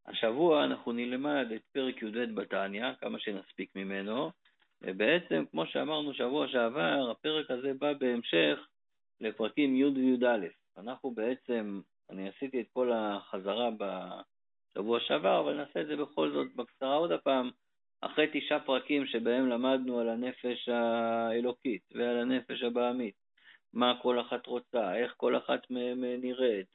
השבוע אנחנו נלמד את פרק י"ד בתניא, כמה שנספיק ממנו, ובעצם, כמו שאמרנו שבוע שעבר, הפרק הזה בא בהמשך לפרקים י' וי"א. אנחנו בעצם, אני עשיתי את כל החזרה בשבוע שעבר, אבל נעשה את זה בכל זאת בקצרה עוד הפעם, אחרי 9 פרקים שבהם למדנו על הנפש האלוקית ועל הנפש הבהמית, מה כל אחת רוצה, איך כל אחת נראית,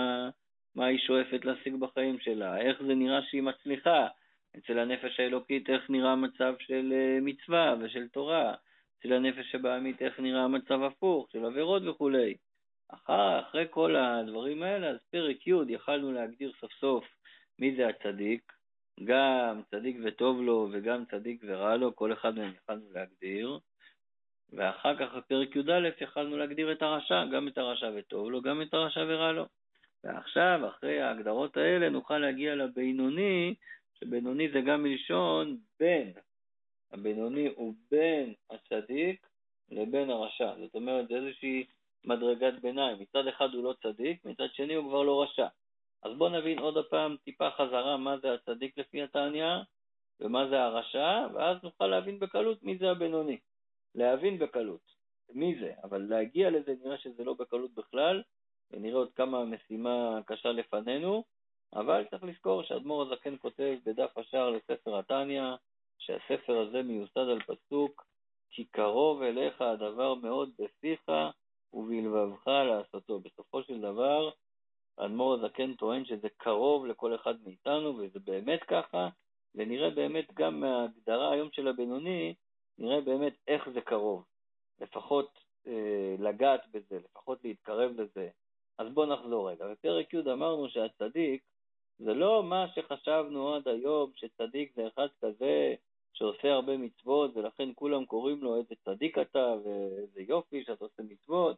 מה היא שואפת להשיג בחיים שלה, איך זה נראה שהיא מצליחה, אצל הנפש האלוקית איך נראה המצב של מצווה ושל תורה, אצל הנפש הבהמית איך נראה המצב הפוך של עבירות וכו'. אחרי כל הדברים האלה, אז פרק י' יכלנו להגדיר סוף סוף מי זה הצדיק, גם צדיק וטוב לו וגם צדיק ורע לו, כל אחד מהם יכלנו להגדיר, ואחר כך בפרק י"א יכלנו להגדיר את הרשע, גם את הרשע וטוב לו, גם את הרשע ורע לו. ועכשיו, אחרי ההגדרות האלה, נוכל להגיע לבינוני, שבינוני זה גם מלשון בין. הבינוני הוא בין הצדיק לבין הרשע. זאת אומרת, זה איזושהי מדרגת ביניים. מצד אחד הוא לא צדיק, מצד שני הוא כבר לא רשע. אז בואו נבין עוד הפעם טיפה חזרה מה זה הצדיק לפי התניא, ומה זה הרשע, ואז נוכל להבין בקלות מי זה הבינוני. להבין בקלות מי זה, אבל להגיע לזה נראה שזה לא בקלות בכלל, ונראה עוד כמה המשימה קשה לפנינו, אבל צריך לזכור שאדמו"ר הזקן כותב בדף השער לספר התניא, שהספר הזה מיוסד על פסוק, כי קרוב אליך הדבר מאוד בפיך ובלבבך לעשותו. בסופו של דבר, אדמו"ר הזקן טוען שזה קרוב לכל אחד מאיתנו, וזה באמת ככה, ונראה באמת גם מההגדרה היום של הבינוני, נראה באמת איך זה קרוב. לפחות לגעת בזה, לפחות להתקרב לזה. אז בואו נחזור רגע. בפרק י' אמרנו שהצדיק זה לא מה שחשבנו עד היום, שצדיק זה אחד כזה שעושה הרבה מצוות, ולכן כולם קוראים לו איזה צדיק אתה, ואיזה יופי שאתה עושה מצוות.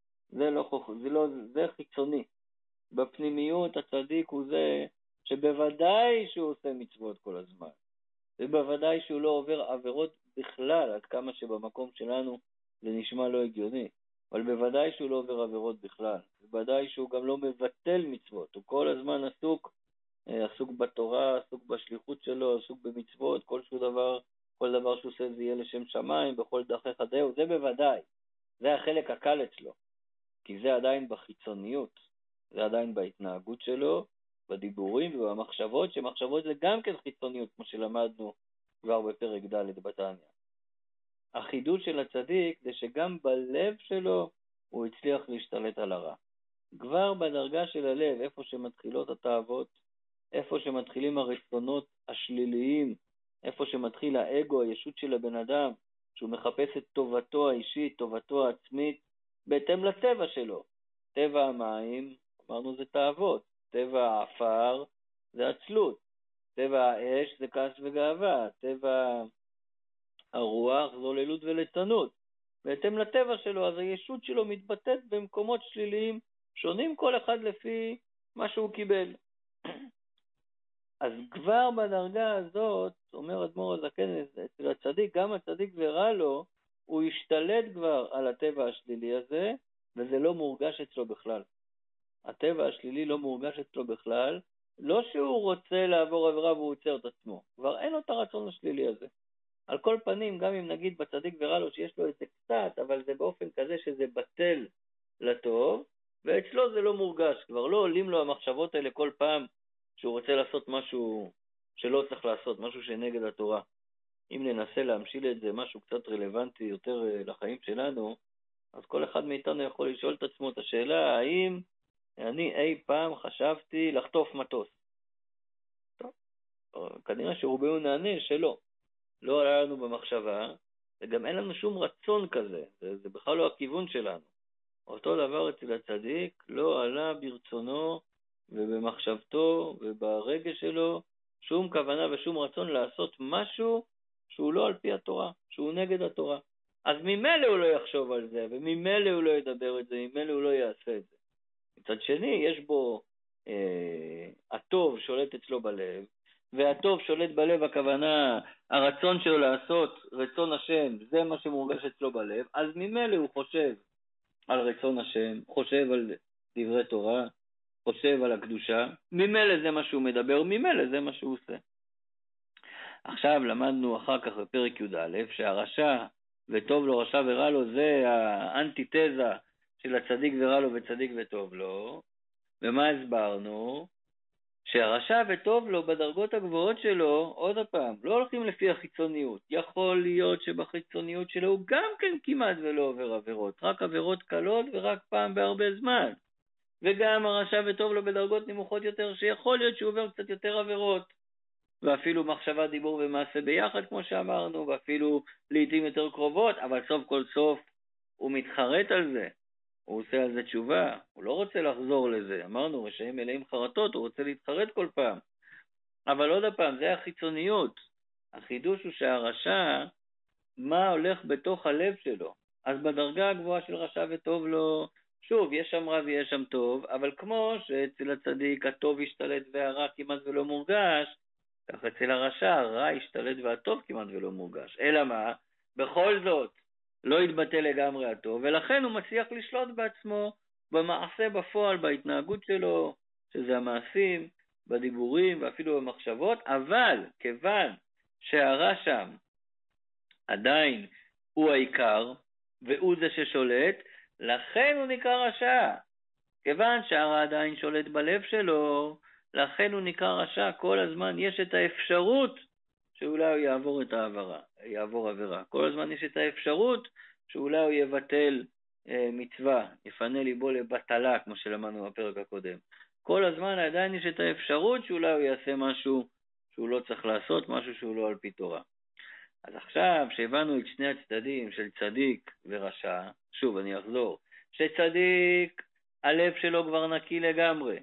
זה חיצוני. בפנימיות הצדיק הוא זה שבוודאי שהוא עושה מצוות כל הזמן. ובוודאי שהוא לא עובר עבירות בכלל, עד כמה שבמקום שלנו זה נשמע לא הגיוני. אבל בוודאי שהוא לא עובר עבירות בכלל. בוודאי שהוא גם לא מבטל מצוות. הוא כל הזמן עסוק בתורה, עסוק בשליחות שלו, עסוק במצוות, כל דבר שהוא עושה זה יהיה לשם שמיים, בכל דרכי חדהו, זה בוודאי. זה החלק הקל אצלו. כי זה עדיין בחיצוניות, זה עדיין בהתנהגות שלו, בדיבורים ובמחשבות, שמחשבות זה גם כן חיצוניות, כמו שלמדנו כבר בפרק ד' בתניא. החידוש של הצדיק זה שגם בלב שלו הוא הצליח להשתלט על הרע. כבר בדרגה של הלב, איפה שמתחילות התאוות, איפה שמתחילים הרצונות השליליים, איפה שמתחיל האגו, הישות של הבן אדם, שהוא מחפש את טובתו האישית, טובתו העצמית, בהתאם לטבע שלו. טבע המים, אמרנו זה תאוות, טבע האפר זה עצלות, טבע האש זה כעס וגאווה, טבע הרוח זו לילות וליצנות. בהתאם לטבע שלו, אז הישות שלו מתבטאת במקומות שליליים שונים, כל אחד לפי מה שהוא קיבל. אז כבר בדרגה הזאת, אומר אדמו"ר הזקן, אצל הצדיק, גם הצדיק ורע לו, הוא ישתלט כבר על הטבע השלילי הזה, וזה לא מורגש אצלו בכלל. הטבע השלילי לא מורגש אצלו בכלל, לא שהוא רוצה לעבור עבירה והוא עוצר את עצמו, כבר אין לו את הרצון השלילי הזה. על כל פנים, גם אם נגיד בצדיק ורע לו שיש לו איזה קצת, אבל זה באופן כזה שזה בטל לטוב, ואצלו זה לא מורגש, כבר לא עולים לו המחשבות האלה כל פעם שהוא רוצה לעשות משהו שלא צריך לעשות, משהו שנגד התורה. אם ננסה להמשיל את זה משהו קצת רלוונטי יותר לחיים שלנו, אז כל אחד מאיתנו יכול לשאול את עצמו את השאלה, האם אני אי פעם חשבתי לחטוף מטוס? טוב, כנראה שרובנו נענה שלא. לא עלה לנו במחשבה, וגם אין לנו שום רצון כזה, זה בכלל לא הכיוון שלנו. אותו דבר אצל הצדיק, לא עלה ברצונו ובמחשבתו וברגש שלו שום כוונה ושום רצון לעשות משהו שהוא לא על פי התורה, שהוא נגד התורה. אז ממילא הוא לא יחשוב על זה, וממילא הוא לא ידבר את זה, ממילא הוא לא יעשה את זה. מצד שני, יש בו הטוב שולט אצלו בלב, והטוב שולט בלב, הכוונה, הרצון שלו לעשות רצון השם, זה מה שמורגש אצלו בלב, אז ממילא הוא חושב על רצון השם, חושב על דברי תורה, חושב על הקדושה, ממילא זה מה שהוא מדבר, ממילא זה מה שהוא עושה. עכשיו למדנו אחר כך בפרק י"א שהרשע וטוב לו, רשע ורע לו, זה האנטיתזה של הצדיק ורע לו וצדיק וטוב לו. ומה הסברנו? שהרשע וטוב לו בדרגות הגבוהות שלו, עוד הפעם, לא הולכים לפי החיצוניות. יכול להיות שבחיצוניות שלו הוא גם כן כמעט ולא עובר עבירות, רק עבירות קלות ורק פעם בהרבה זמן. וגם הרשע וטוב לו בדרגות נמוכות יותר, שיכול להיות שהוא עובר קצת יותר עבירות. ואפילו מחשבה, דיבור ומעשה ביחד, כמו שאמרנו, ואפילו לעתים יותר קרובות, אבל סוף כל סוף הוא מתחרט על זה. הוא עושה על זה תשובה, הוא לא רוצה לחזור לזה. אמרנו, רשעים מלאים חרטות, הוא רוצה להתחרט כל פעם. אבל עוד הפעם, זה החיצוניות. החידוש הוא שהרשע, מה הולך בתוך הלב שלו. אז בדרגה הגבוהה של רשע וטוב לו, שוב, יש שם רע ויש שם טוב, אבל כמו שאצל הצדיק הטוב ישתלט והרע כמעט ולא מורגש, כך אצל הרשע הרע ישתלט והטוב כמעט ולא מורגש. אלא מה? בכל זאת, לא יתבטא לגמרי הטוב, ולכן הוא מצליח לשלוט בעצמו, במעשה בפועל, בהתנהגות שלו, שזה המעשים, בדיבורים ואפילו במחשבות, אבל כיוון שהרע שם עדיין הוא העיקר, והוא זה ששולט, לכן הוא נקרא רשע. כיוון שהרע עדיין שולט בלב שלו, לכן הוא נקרא רשע. כל הזמן יש את האפשרות שאולי הוא יעבור עבירה. כל הזמן יש את האפשרות שאולי הוא יבטל מצווה, יפנה ליבו לבטלה, כמו שלמדנו בפרק הקודם. כל הזמן עדיין יש את האפשרות שאולי הוא יעשה משהו שהוא לא צריך לעשות, משהו שהוא לא על פי תורה. אז עכשיו שהבנו את שני הצדדים של צדיק ורשע, שוב אני אחזור, שצדיק הלב שלו כבר נקי לגמרי,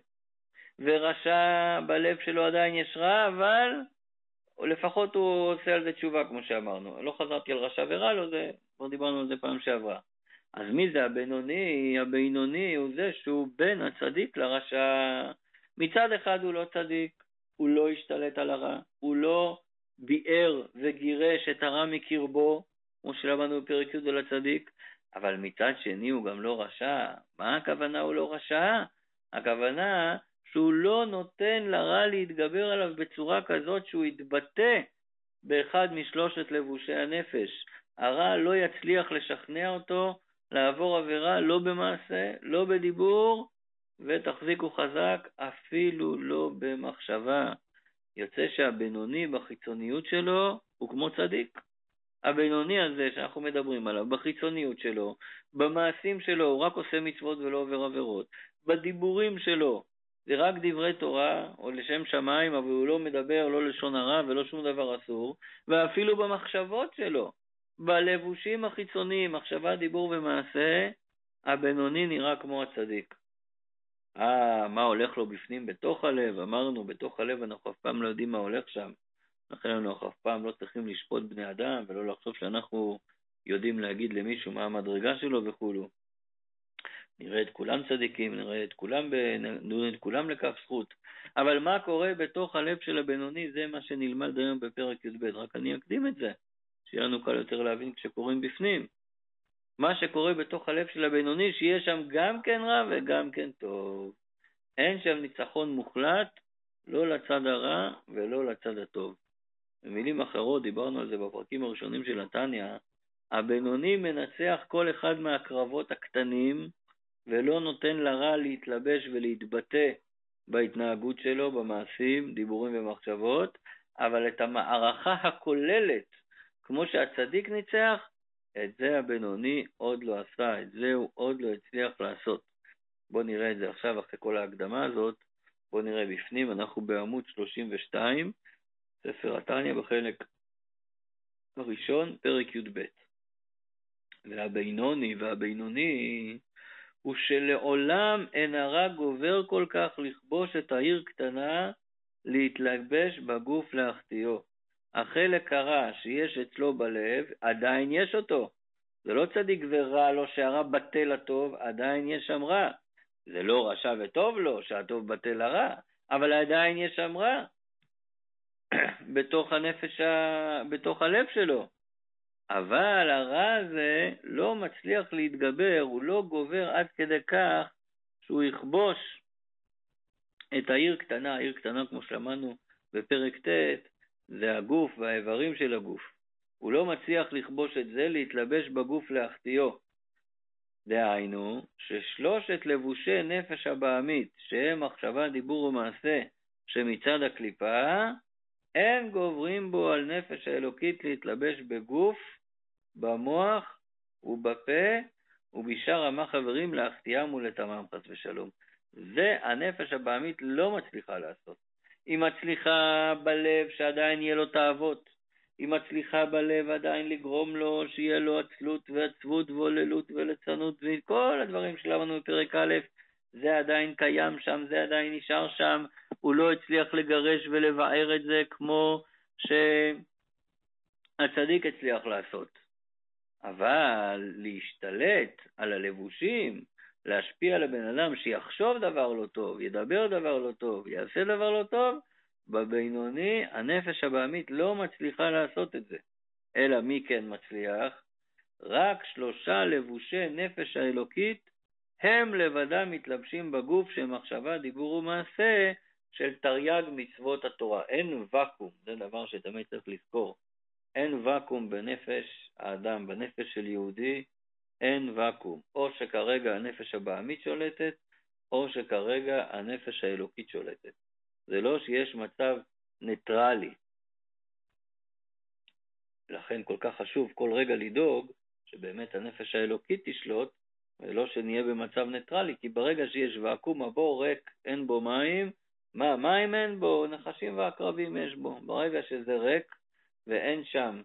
ורשע בלב שלו עדיין יש רע, אבל לפחות הוא עושה על זה תשובה, כמו שאמרנו. לא חזרתי על רשע ורע לו, זה כבר דיברנו על זה פעם שעברה. אז מי זה הבינוני? הבינוני הוא זה שהוא בין הצדיק לרשע. מצד אחד הוא לא צדיק, הוא לא השתלט על הרע, הוא לא ביאר וגירש את הרע מקרבו, כמו שלמדנו בפרק י' על הצדיק, אבל מצד שני הוא גם לא רשע. מה הכוונה הוא לא רשע? הכוונה שהוא לא נותן לרע להתגבר עליו בצורה כזאת שהוא יתבטא באחד משלושת לבושי הנפש. הרע לא יצליח לשכנע אותו לעבור עבירה, לא במעשה, לא בדיבור, ותחזיקו חזק, אפילו לא במחשבה. יוצא שהבינוני בחיצוניות שלו הוא כמו צדיק. הבינוני הזה שאנחנו מדברים עליו, בחיצוניות שלו, במעשים שלו, הוא רק עושה מצוות ולא עובר עבירות. בדיבורים שלו, זה רק דברי תורה או לשם שמיים, אבל הוא לא מדבר לא לשון הרע ולא שום דבר אסור. ואפילו במחשבות שלו, בלבושים החיצוניים, מחשבה, דיבור ומעשה, הבינוני נראה כמו הצדיק. מה הולך לו בפנים בתוך הלב? אמרנו, בתוך הלב אנחנו אף פעם לא יודעים מה הולך שם. לכן אנחנו אף פעם לא צריכים לשפוט בני אדם, ולא לחשוב שאנחנו יודעים להגיד למישהו מה המדרגה שלו וכולו. נראה את כולם צדיקים, נראה את כולם לכף זכות. אבל מה קורה בתוך הלב של הבינוני, זה מה שנלמד היום בפרק י"ב. רק אני אקדים את זה, שיהיה לנו קל יותר להבין כשקוראים בפנים. מה שקורה בתוך הלב של הבינוני, שיהיה שם גם כן רע וגם כן טוב. אין שם ניצחון מוחלט, לא לצד הרע ולא לצד הטוב. במילים אחרות, דיברנו על זה בפרקים הראשונים של התניא, הבינוני מנצח כל אחד מהקרבות הקטנים, ולא נותן לרע להתלבש ולהתבטא בהתנהגות שלו, במעשים, דיבורים ומחשבות, אבל את המערכה הכוללת, כמו שהצדיק ניצח, את זה הבינוני עוד לא עשה, את זה הוא עוד לא הצליח לעשות. בואו נראה את זה עכשיו אחרי כל ההקדמה הזאת. בואו נראה בפנים, אנחנו בעמוד 32, ספר התניא בחלק הראשון, פרק י"ב. והבינוני הוא שלעולם אין הרע גובר כל כך לכבוש את העיר קטנה, להתלבש בגוף להחטיאו. החלק הרע שיש אצלו בלב, עדיין יש אותו. זה לא צדיק ורע לו שהרע בטל הטוב, עדיין יש שם רע. זה לא רשע וטוב לו שהטוב בטל הרע, אבל עדיין יש שם רע. בתוך הנפש, בתוך הלב שלו. אבל הרע הזה לא מצליח להתגבר, הוא לא גובר עד כדי כך שהוא יכבוש את העיר קטנה. העיר קטנה, כמו שלמדנו בפרק ט', זה הגוף והאיברים של הגוף. הוא לא מצליח לכבוש את זה, להתלבש בגוף להחטיאו. דהיינו, ששלושת לבושי נפש הבעמית, שהם מחשבה, דיבור ומעשה, שמצד הקליפה, אין גוברים בו על נפש האלוקית להתלבש בגוף, במוח ובפה ובשאר עמה חברים להחטיאם ולתמם חס ושלום. זה הנפש הבעמית לא מצליחה לעשות. היא מצליחה בלב שעדיין יהיה לו תאוות, היא מצליחה בלב עדיין לגרום לו שיהיה לו עצלות ועצבות ועוללות וליצנות וכל הדברים שלנו בפרק א', זה עדיין קיים שם, זה עדיין נשאר שם, הוא לא הצליח לגרש ולבער את זה כמו שהצדיק הצליח לעשות. אבל להשתלט על הלבושים, להשפיע על הבן אדם שיחשוב דבר לא טוב, ידבר דבר לא טוב, יעשה דבר לא טוב, בבינוני הנפש הבעמית לא מצליחה לעשות את זה. אלא מי כן מצליח? רק 3 לבושי נפש האלוקית הם לבדם מתלבשים בגוף של מחשבה, דיבור ומעשה של תרי"ג מצוות התורה. אין וקום, זה דבר שתמיד צריך לזכור. אין וקום בנפש האדם, בנפש של יהודי, אין וקום. או שכרגע הנפש הבעמית שולטת, או שכרגע הנפש האלוקית שולטת. זה לא שיש מצב ניטרלי. לכן כל כך חשוב כל רגע לדאוג שבאמת הנפש האלוקית תשלוט, ולא שנהיה במצב ניטרלי, כי ברגע שיש וקום, הבור ריק, אין בו מים, מים אין בו, נחשים ועקרבים יש בו. ברגע שזה ריק ואין שם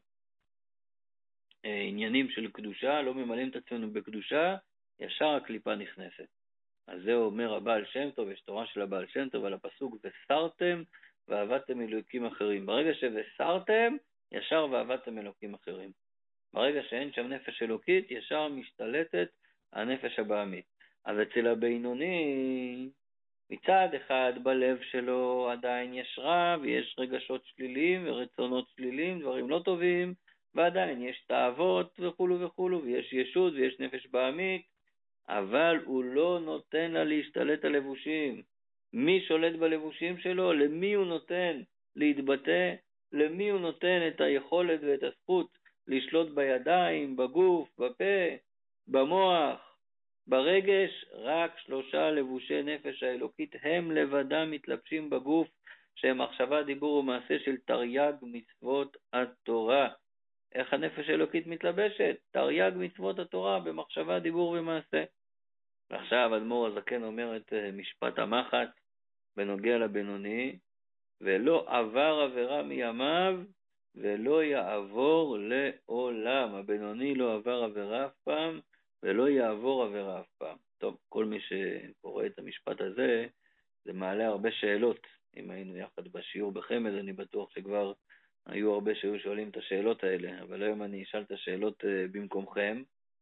עניינים של קדושה, לא ממלאים את עצמנו בקדושה, ישר הקליפה נכנסת. אז זה אומר הבעל שם טוב, יש תורה של הבעל שם טוב על הפסוק וסרתם ועבדתם אלוקים אחרים. ברגע שווסרתם, ישר ועבדתם אלוקים אחרים. ברגע שאין שם נפש אלוקית, ישר משתלטת הנפש הבעמית. אז אצל הבינוני, מצד אחד בלב שלו עדיין יש רע, ויש רגשות שליליים ורצונות שליליים, דברים לא טובים, ועדיין יש תאוות וכולו וכולו, ויש ישות ויש נפש בעמית, אבל הוא לא נותן לה להשתלט על לבושים. מי שולט בלבושים שלו? למי הוא נותן להתבטא? למי הוא נותן את היכולת ואת הזכות לשלוט בידיים, בגוף, בפה, במוח, ברגש? רק 3 לבושי נפש האלוקית הם לבדם מתלבשים בגוף, שהם מחשבה, דיבור ומעשה של תרי"ג מצוות התורה. איך הנפש האלוקית מתלבשת? תרי"ג מצוות התורה במחשבה, דיבור ומעשה. ועכשיו אדמו"ר הזקן אומר את משפט המחץ בנוגע לבינוני, ולא עבר עבירה מימיו ולא יעבור לעולם. הבינוני לא עבר עבירה אף פעם ולא יעבור עבירה אף פעם. טוב, כל מי שקורא את המשפט הזה, זה מעלה הרבה שאלות. אם היינו יחד בשיעור בחמד, אני בטוח שכבר היו הרבה שהיו שואלים את השאלות האלה, אבל היום אני אשאל את השאלות במקומכם.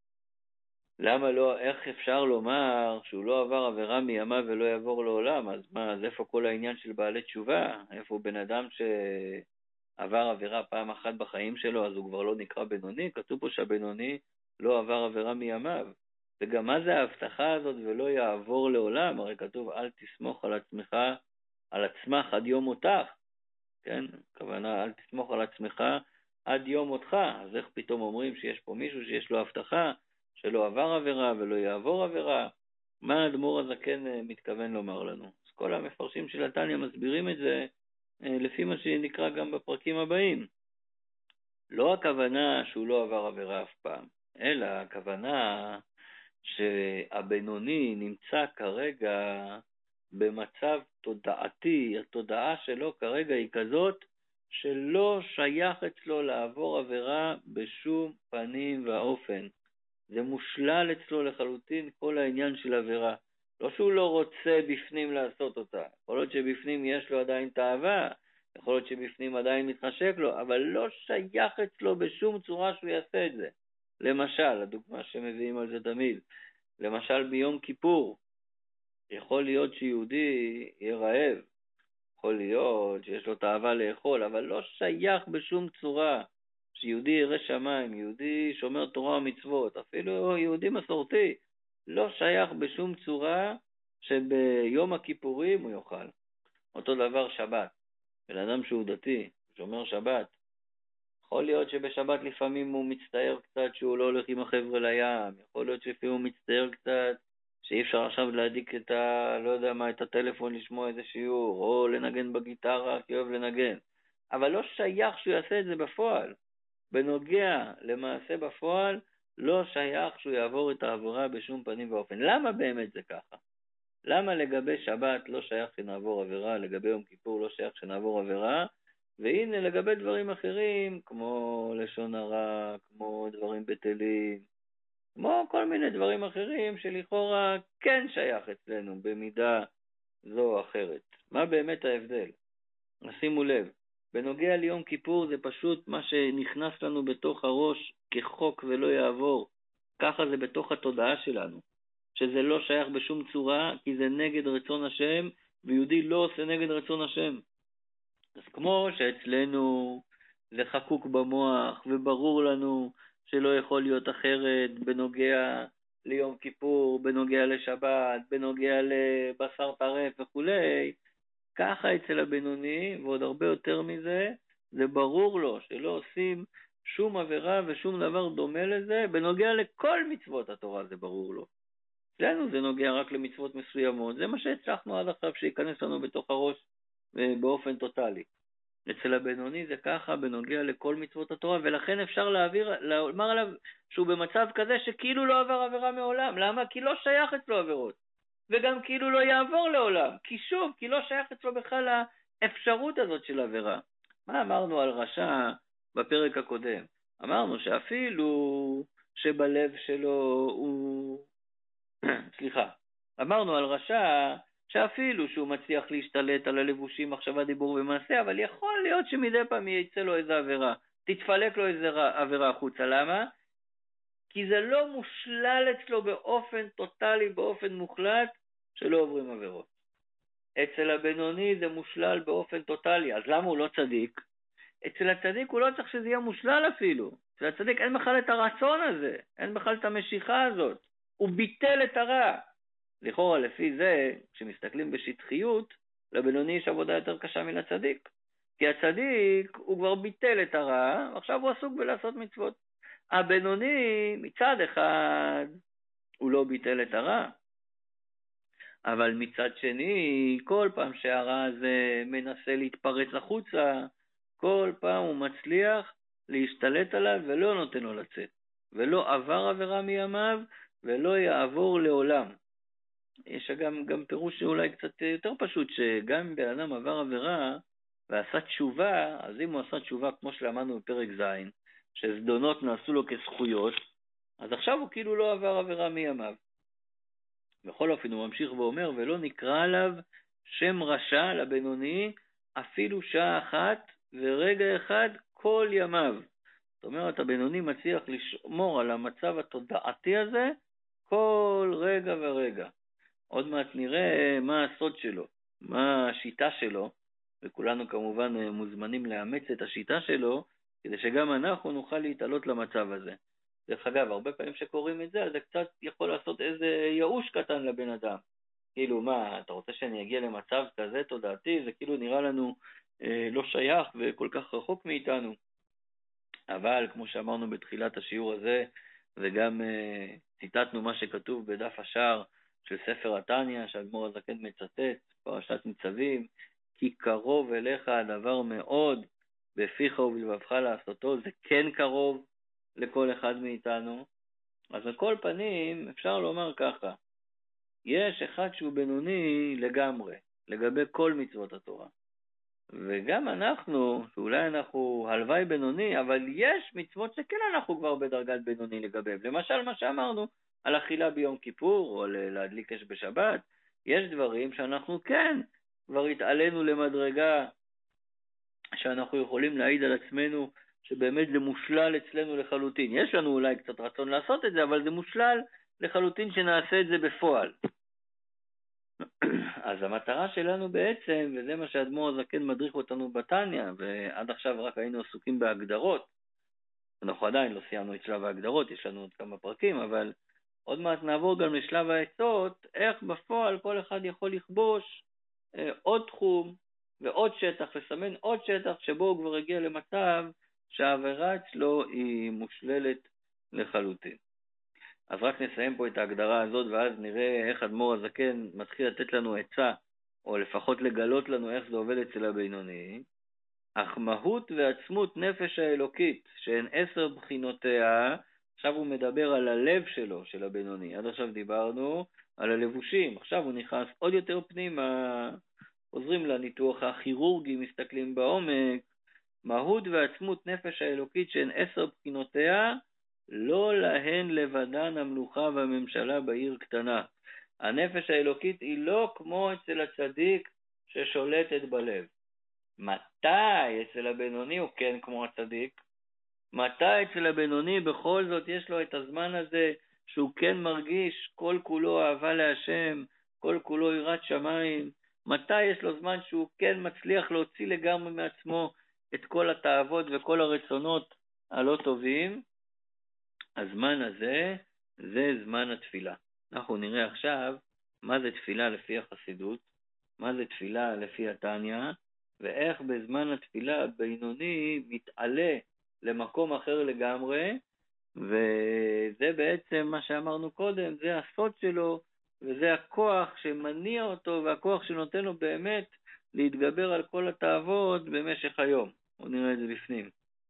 למה לא, איך אפשר לומר שהוא לא עבר עבירה מימיו ולא יעבור לעולם? אז מה, אז איפה כל העניין של בעלי תשובה? איפה בן אדם שעבר עבירה פעם אחת בחיים שלו, אז הוא כבר לא נקרא בינוני? כתוב פה שהבינוני לא עבר עבירה מימיו. וגם מה זה ההבטחה הזאת ולא יעבור לעולם? הרי כתוב אל תסמוך על עצמך, על עצמך עד יום מותך. כן? הכוונה, אל תסמוך על עצמך עד יום מותך. אז איך פתאום אומרים שיש פה מישהו שיש לו הבטחה שלא עבר עבירה ולא יעבור עבירה? מה האדמו"ר הזקן מתכוון לומר לנו? אז כל המפרשים של התניא מסבירים את זה לפי מה שנקרא גם בפרקים הבאים. לא הכוונה שהוא לא עבר עבירה אף פעם, אלא הכוונה שהבינוני נמצא כרגע במצב תודעתי, התודעה שלו כרגע היא כזאת שלא שייך אצלו לעבור עבירה בשום פנים ואופן. זה מושלל אצלו לחלוטין כל העניין של עבירה. לא שהוא לא רוצה בפנים לעשות אותה, יכול להיות שבפנים יש לו עדיין תאווה, יכול להיות שבפנים עדיין מתחשק לו, אבל לא שייך אצלו בשום צורה שהוא יעשה את זה. למשל, הדוגמה שמביאים על זה תמיד, למשל ביום כיפור, יכול להיות שיהודי יהיה רעב, יכול להיות שיש לו תאווה לאכול, אבל לא שייך בשום צורה שיהודי ירא שמיים, יהודי שומר תורה ומצוות, אפילו יהודי מסורתי, לא שייך בשום צורה שביום הכיפורים הוא יאכל. אותו דבר שבת. בן אדם שהוא דתי, שומר שבת, יכול להיות שבשבת לפעמים הוא מצטער קצת שהוא לא הולך עם החבר'ה לים, יכול להיות שלפעמים הוא מצטער קצת שאי אפשר עכשיו להדיק לא יודע מה, את הטלפון לשמוע איזה שיעור, או לנגן בגיטרה כי אוהב לנגן. אבל לא שייך שהוא יעשה את זה בפועל. בנוגע למעשה בפועל, לא שייך שהוא יעבור את העבורה בשום פנים ואופן. למה באמת זה ככה? למה לגבי שבת לא שייך שנעבור עבירה, לגבי יום כיפור לא שייך שנעבור עבירה, והנה לגבי דברים אחרים, כמו לשון הרע, כמו דברים בטלים, כמו כל מיני דברים אחרים שלכאורה כן שייך אצלנו במידה זו או אחרת. מה באמת ההבדל? שימו לב, בנוגע ליום כיפור זה פשוט מה שנכנס לנו בתוך הראש כחוק ולא יעבור. ככה זה בתוך התודעה שלנו, שזה לא שייך בשום צורה, כי זה נגד רצון השם, ויהודי לא עושה נגד רצון השם. אז כמו שאצלנו זה חקוק במוח, וברור לנו שלא יכול להיות אחרת בנוגע ליום כיפור, בנוגע לשבת, בנוגע לבשר טרף וכו', ככה אצל הבינוני, ועוד הרבה יותר מזה, זה ברור לו שלא עושים שום עבירה ושום דבר דומה לזה, בנוגע לכל מצוות התורה זה ברור לו. אצלנו זה נוגע רק למצוות מסוימות, זה מה שהצלחנו עד עכשיו שיכנס לנו בתוך הראש באופן טוטלי. אצל הבינוני זה ככה בנוגע לכל מצוות התורה, ולכן אפשר לומר עליו שהוא במצב כזה שכאילו לא עבר עבירה מעולם. למה? כי לא שייך אצלו עבירות, וגם כאילו לא יעבור לעולם, כי שוב, כי לא שייך אצלו בכלל האפשרות הזאת של עבירה. מה אמרנו על רשע בפרק הקודם? אמרנו שאפילו שבלב שלו הוא סליחה, אמרנו על רשע שאפילו שהוא מצליח להשתלט על הלבושים, מחשבה, דיבור ומעשה, אבל יכול להיות שמדי פעם יצא לו איזה עבירה, תתפלק לו איזה עבירה החוצה. למה? כי זה לא מושלל אצלו באופן טוטלי, באופן מוחלט, שלא עוברים עבירות. אצל הבינוני זה מושלל באופן טוטלי, אז למה הוא לא צדיק? אצל הצדיק הוא לא צריך שזה יהיה מושלל אפילו. אצל הצדיק אין בכלל את הרצון הזה, אין בכלל את המשיכה הזאת. הוא ביטל את הרע. לכאורה לפי זה, כשמסתכלים בשטחיות, לבינוני יש עבודה יותר קשה מן הצדיק. כי הצדיק הוא כבר ביטל את הרע, עכשיו הוא עסוק בלעשות מצוות. הבינוני מצד אחד הוא לא ביטל את הרע, אבל מצד שני, כל פעם שהרע הזה מנסה להתפרץ החוצה, כל פעם הוא מצליח להשתלט עליו ולא נותן לו לצאת. ולא עבר עבירה מימיו ולא יעבור לעולם. יש גם פירוש שאולי קצת יותר פשוט, שגם אם בן אדם עבר עבירה ועשה תשובה, אז אם הוא עשה תשובה כמו שלמדנו בפרק ז', שזדונות נעשו לו כזכויות, אז עכשיו הוא כאילו לא עבר עבירה מימיו. בכל אופן הוא ממשיך ואומר, ולא נקרא עליו שם רשע לבינוני אפילו שעה אחת ורגע אחד כל ימיו. זאת אומרת, הבינוני מצליח לשמור על המצב התודעתי הזה כל רגע ורגע. עוד מעט נראה מה הסוד שלו, מה השיטה שלו, וכולנו כמובן מוזמנים לאמץ את השיטה שלו, כדי שגם אנחנו נוכל להתעלות למצב הזה. דרך אגב, הרבה פעמים שקוראים את זה, אז זה קצת יכול לעשות איזה ייאוש קטן לבן אדם. כאילו, מה, אתה רוצה שאני אגיע למצב כזה תודעתי? זה כאילו נראה לנו לא שייך וכל כך רחוק מאיתנו. אבל כמו שאמרנו בתחילת השיעור הזה, וגם ציטטנו מה שכתוב בדף השער של ספר התניא, שהאדמו"ר הזקן מצטט, פרשת ניצבים, כי קרוב אליך הדבר מאוד, בפיך ובלבבך לעשותו, זה כן קרוב לכל אחד מאיתנו. אז על כל פנים אפשר לומר ככה, יש אחד שהוא בינוני לגמרי, לגבי כל מצוות התורה. וגם אנחנו, שאולי אנחנו הלוואי בינוני, אבל יש מצוות שכן אנחנו כבר בדרגת בינוני לגביהם. למשל מה שאמרנו על אכילה ביום כיפור, או להדליק אש בשבת, יש דברים שאנחנו כן כבר התעלינו למדרגה, שאנחנו יכולים להעיד על עצמנו שבאמת זה מושלל אצלנו לחלוטין. יש לנו אולי קצת רצון לעשות את זה, אבל זה מושלל לחלוטין שנעשה את זה בפועל. אז המטרה שלנו בעצם, וזה מה שהאדמו"ר הזקן מדריך אותנו בתניא, ועד עכשיו רק היינו עסוקים בהגדרות, אנחנו עדיין לא סיימנו את שלב ההגדרות, יש לנו עוד כמה פרקים, אבל עוד מעט נעבור גם לשלב העצות, איך בפועל כל אחד יכול לכבוש עוד תחום ועוד שטח, לסמן עוד שטח שבו הוא כבר הגיע למצב שהעבירה אצלו היא מושללת לחלוטין. אז רק נסיים פה את ההגדרה הזאת, ואז נראה איך אדמו"ר הזקן מתחיל לתת לנו עצה, או לפחות לגלות לנו איך זה עובד אצל הבינוני. אך מהות ועצמות נפש האלוקית, שהן 10 בחינותיה, עכשיו הוא מדבר על הלב שלו, של הבינוני. עד עכשיו דיברנו על הלבושים, עכשיו הוא נכנס עוד יותר פנימה, עוזרים לניתוח הכירורגי, מסתכלים בעומק. מהות ועצמות נפש האלוקית שהן 10 בחינותיה, לא להן לבדן המלוכה והממשלה בעיר קטנה. הנפש האלוקית היא לא כמו אצל הצדיק ששולטת בלב. מתי אצל הבינוני הוא כן כמו הצדיק? מתי אצל הבינוני בכל זאת יש לו את הזמן הזה שהוא כן מרגיש כל כולו אהבה להשם, כל כולו יראת שמיים? מתי יש לו זמן שהוא כן מצליח להוציא לגמרי מעצמו את כל התאוות וכל הרצונות הלא טובים? הזמן הזה זה זמן התפילה. אנחנו נראה עכשיו מה זה תפילה לפי החסידות, מה זה תפילה לפי התניא, ואיך בזמן התפילה הבינוני מתעלה למקום אחר לגמרי, וזה בעצם מה שאמרנו קודם, זה הסוד שלו, וזה הכוח שמניע אותו, והכוח שנותן לו באמת להתגבר על כל התאוות במשך היום. בואו נראה את זה בפנים.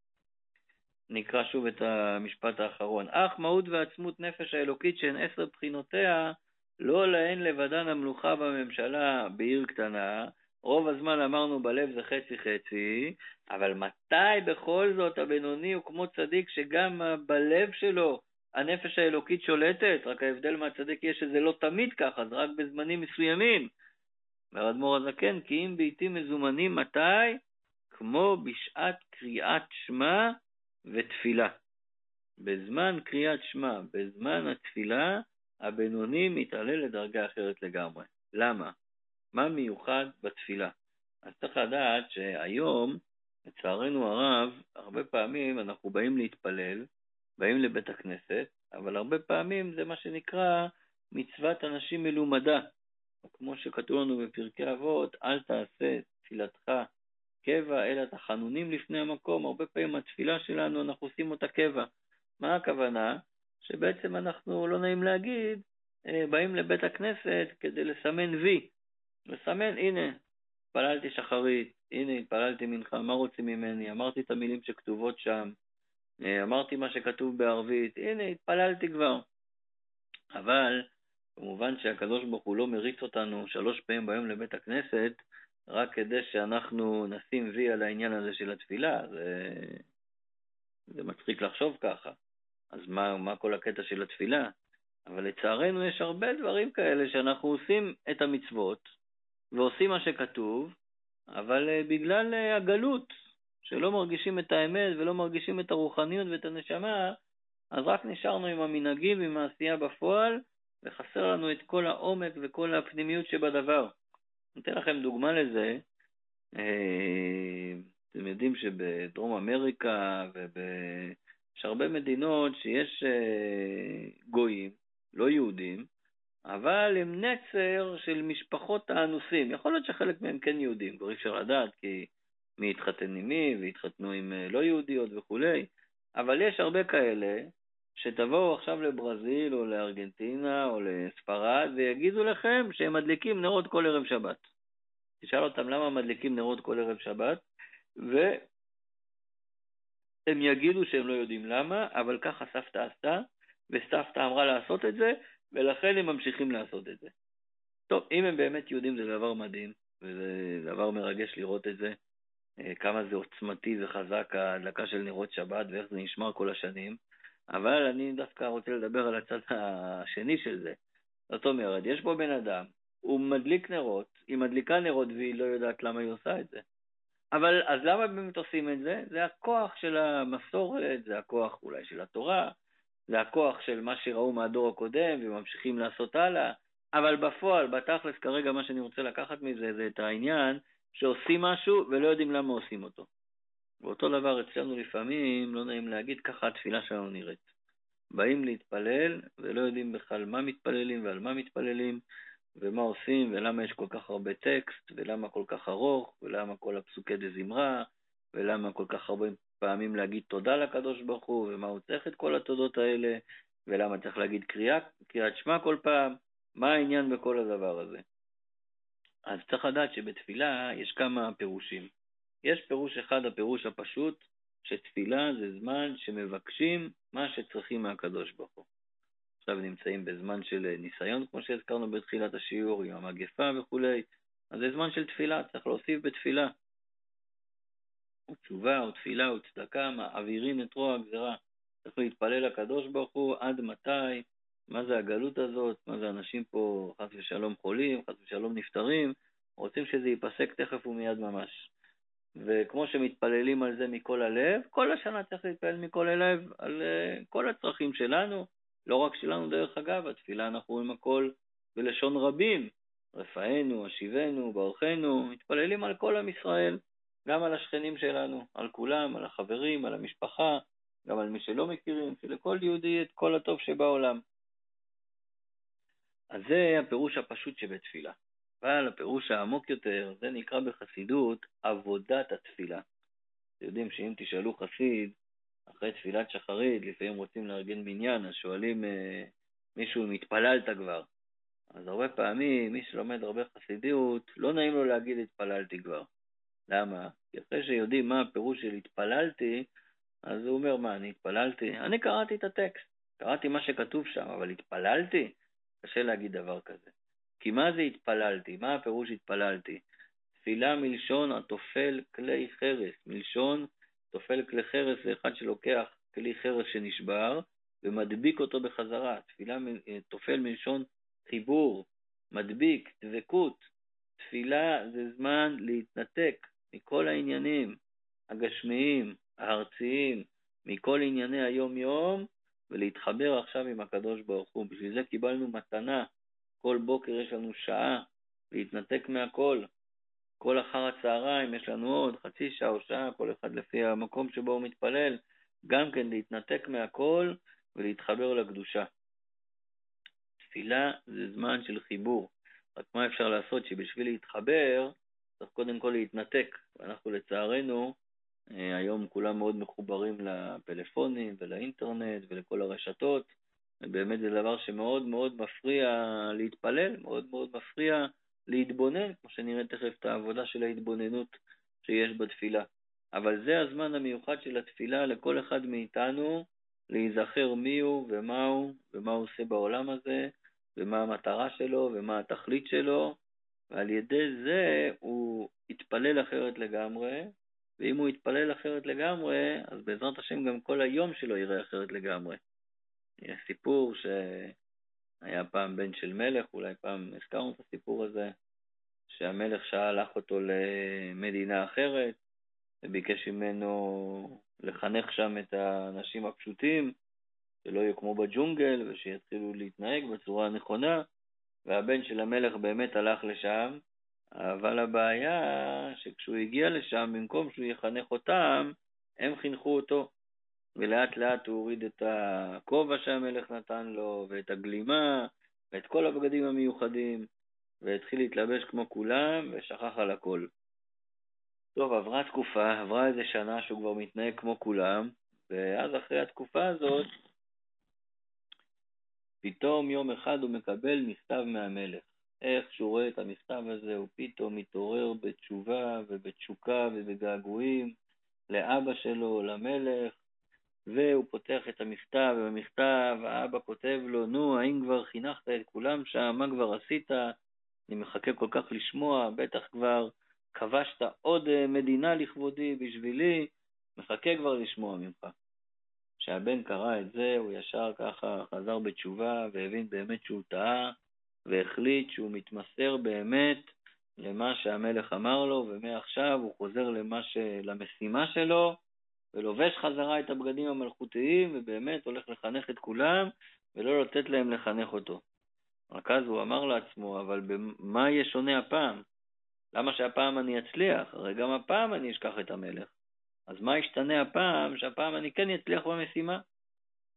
נקרא שוב את המשפט האחרון. אך מהות ועצמות נפש האלוקית שהן 10 בחינותיה, לא להן לבדן המלוכה בממשלה בעיר קטנה. רוב הזמן אמרנו בלב זה חצי חצי, אבל מתי בכל זאת הבינוני הוא כמו צדיק שגם בלב שלו הנפש האלוקית שולטת? רק ההבדל מהצדיק יש שזה לא תמיד ככה, זה רק בזמנים מסוימים. אומר אדמו"ר הזקן, כי אם בעתים מזומנים מתי? כמו בשעת קריאת שמע ותפילה. בזמן קריאת שמע, בזמן התפילה, הבינוני מתעלה לדרגה אחרת לגמרי. למה? מה מיוחד בתפילה? אז צריך לדעת שהיום, לצערנו הרב, הרבה פעמים אנחנו באים להתפלל, באים לבית הכנסת, אבל הרבה פעמים זה מה שנקרא מצוות אנשים מלומדה. כמו שכתוב לנו בפרקי אבות, אל תעשה תפילתך קבע, אלא תחנונים לפני המקום. הרבה פעמים התפילה שלנו אנחנו עושים אותה קבע. מה הכוונה? שבעצם אנחנו, לא נעים להגיד, באים לבית הכנסת כדי לסמן וי. לסמן, הנה, התפללתי שחרית, הנה, התפללתי מנחה, מה רוצים ממני? אמרתי את המילים שכתובות שם, אמרתי מה שכתוב בערבית, הנה, התפללתי כבר. אבל, כמובן שהקדוש ברוך הוא לא מריץ אותנו 3 פעמים ביום לבית הכנסת, רק כדי שאנחנו נשים וי על העניין הזה של התפילה. זה מצחיק לחשוב ככה. אז מה כל הקטע של התפילה? אבל לצערנו יש הרבה דברים כאלה שאנחנו עושים את המצוות, ועושים מה שכתוב, אבל בגלל הגלות, שלא מרגישים את האמת ולא מרגישים את הרוחניות ואת הנשמה, אז רק נשארנו עם המנהגים ועם העשייה בפועל, וחסר לנו את כל העומק וכל הפנימיות שבדבר. ניתן לכם דוגמה לזה. אתם יודעים שבדרום אמריקה יש הרבה מדינות שיש גויים, לא יהודים, אבל הם נצר של משפחות האנוסים. יכול להיות שחלק מהם כן יהודים, כבר אפשר לדעת, כי מי התחתן עם מי והתחתנו עם לא יהודיות וכו'. אבל יש הרבה כאלה שתבואו עכשיו לברזיל או לארגנטינה או לספרד ויגידו לכם שהם מדליקים נרות כל ערב שבת. תשאל אותם למה מדליקים נרות כל ערב שבת, והם יגידו שהם לא יודעים למה, אבל ככה סבתא עשתה, וסבתא אמרה לעשות את זה, ולכן הם ממשיכים לעשות את זה. טוב, אם הם באמת יהודים זה דבר מדהים, וזה דבר מרגש לראות את זה, כמה זה עוצמתי וחזק ההדלקה של נרות שבת, ואיך זה נשמר כל השנים. אבל אני דווקא רוצה לדבר על הצד השני של זה. זאת אומרת, יש פה בן אדם, הוא מדליק נרות, היא מדליקה נרות והיא לא יודעת למה היא עושה את זה. אבל אז למה באמת עושים את זה? זה הכוח של המסורת, זה הכוח אולי של התורה, זה הכוח של מה שראו מהדור הקודם וממשיכים לעשות הלאה. אבל בפועל, בתכלס כרגע מה שאני רוצה לקחת מזה זה את העניין שעושים משהו ולא יודעים למה עושים אותו. ואותו דבר אצלנו לפעמים, לא נעים להגיד, ככה התפילה שלנו נראית. באים להתפלל ולא יודעים בכלל מה מתפללים ועל מה מתפללים ומה עושים ולמה יש כל כך הרבה טקסט ולמה כל כך ארוך ולמה כל הפסוקי דזמרה ולמה כל כך הרבה פעמים להגיד תודה לקדוש ברוך הוא ומה הוא צריך את כל התודות האלה ולמה צריך להגיד קריאת שמע כל פעם, מה העניין בכל הדבר הזה. אז צריך לדעת שבתפילה יש כמה פירושים. יש פירוש אחד, הפירוש הפשוט, שתפילה זה זמן שמבקשים מה שצריכים מהקדוש ברוך הוא. עכשיו נמצאים בזמן של ניסיון, כמו שהזכרנו בתחילת השיעור, עם המגפה וכו'. אז זה זמן של תפילה, צריך להוסיף בתפילה. ותשובה, ותפילה, וצדקה, מעבירים את רוע הגזרה. צריך להתפלל לקדוש ברוך הוא עד מתי, מה זה הגלות הזאת, מה זה אנשים פה חס ושלום חולים, חס ושלום נפטרים, רוצים שזה ייפסק תכף ומיד ממש. וכמו שמתפללים על זה מכל הלב, כל השנה צריך להתפלל מכל הלב על כל הצרכים שלנו, לא רק שלנו דרך אגב, התפילה אנחנו רואים הכל בלשון רבים, רפאנו, השיבנו, ברכנו, מתפללים על כל עם ישראל, גם על השכנים שלנו, על כולם, על החברים, על המשפחה, גם על מי שלא מכירים, שלכל יהודי את כל הטוב שבעולם. אז זה הפירוש הפשוט שבתפילה. אבל הפירוש העמוק יותר, זה נקרא בחסידות עבודת התפילה. אתם יודעים שאם תשאלו חסיד, אחרי תפילת שחרית, לפעמים רוצים לארגן מניין, אז שואלים מישהו אם התפללת כבר. אז הרבה פעמים, מי שלומד הרבה חסידיות, לא נעים לו להגיד התפללתי כבר. למה? כי אחרי שיודעים מה הפירוש של התפללתי, אז הוא אומר, מה, אני התפללתי? אני קראתי את הטקסט, קראתי מה שכתוב שם, אבל התפללתי? קשה להגיד דבר כזה. כי מה זה התפללתי? מה הפירוש התפללתי? תפילה מלשון התופל כלי חרס, מלשון תופל כלי חרס זה אחד שלוקח כלי חרס שנשבר ומדביק אותו בחזרה. תפילה תופל מלשון חיבור, מדביק, דבקות. תפילה זה זמן להתנתק מכל העניינים הגשמיים, הארציים, מכל ענייני היום-יום, ולהתחבר עכשיו עם הקדוש ברוך הוא. בשביל זה קיבלנו מתנה. כל בוקר יש לנו שעה להתנתק מהכל. כל אחר הצהריים יש לנו עוד חצי שעה או שעה, כל אחד לפי המקום שבו הוא מתפלל, גם כן להתנתק מהכל ולהתחבר לקדושה. תפילה זה זמן של חיבור. רק מה אפשר לעשות שבשביל להתחבר צריך קודם כל להתנתק. ואנחנו לצערנו היום כולם מאוד מחוברים לפלאפונים ולאינטרנט ולכל הרשתות, ובאמת זה דבר שמאוד מאוד מפריע להתפלל, מאוד מאוד מפריע להתבונן, כמו שנראה תכף את העבודה של ההתבוננות שיש בתפילה. אבל זה הזמן המיוחד של התפילה לכל אחד מאיתנו, להיזכר מי הוא ומה הוא עושה בעולם הזה, ומה המטרה שלו ומה התכלית שלו, ועל ידי זה הוא יתפלל אחרת לגמרי, ואם הוא יתפלל אחרת לגמרי, אז בעזרת השם גם כל היום שלו יראה אחרת לגמרי. יש סיפור שהיה פעם בן של מלך, אולי פעם הזכרנו את הסיפור הזה, שהמלך שלח אותו למדינה אחרת, וביקש ממנו לחנך שם את האנשים הפשוטים, שלא יהיו כמו בג'ונגל, ושיתחילו להתנהג בצורה הנכונה, והבן של המלך באמת הלך לשם, אבל הבעיה שכשהוא הגיע לשם, במקום שהוא יחנך אותם, הם חינכו אותו. ולאט לאט הוא הוריד את הכובע שהמלך נתן לו, ואת הגלימה, ואת כל הבגדים המיוחדים, והתחיל להתלבש כמו כולם, ושכח על הכל. טוב, עברה תקופה, עברה איזה שנה שהוא כבר מתנהג כמו כולם, ואז אחרי התקופה הזאת, פתאום יום אחד הוא מקבל מכתב מהמלך. איך שהוא רואה את המכתב הזה, הוא פתאום מתעורר בתשובה ובתשוקה ובגעגועים לאבא שלו, למלך, והוא פותח את המכתב, ובמכתב האבא כותב לו, נו, האם כבר חינכת את כולם שם, מה כבר עשית? אני מחכה כל כך לשמוע, בטח כבר כבשת עוד מדינה לכבודי בשבילי, מחכה כבר לשמוע ממך. כשהבן קרא את זה, הוא ישר ככה חזר בתשובה, והבין באמת שהוא טעה, והחליט שהוא מתמסר באמת למה שהמלך אמר לו, ומעכשיו הוא חוזר למשימה שלו, ולובש חזרה את הבגדים המלכותיים, ובאמת הולך לחנך את כולם, ולא לתת להם לחנך אותו. רק אז הוא אמר לעצמו, אבל במה יהיה שונה הפעם? למה שהפעם אני אצליח? הרי גם הפעם אני אשכח את המלך. אז מה ישתנה הפעם? שהפעם אני כן אצליח במשימה.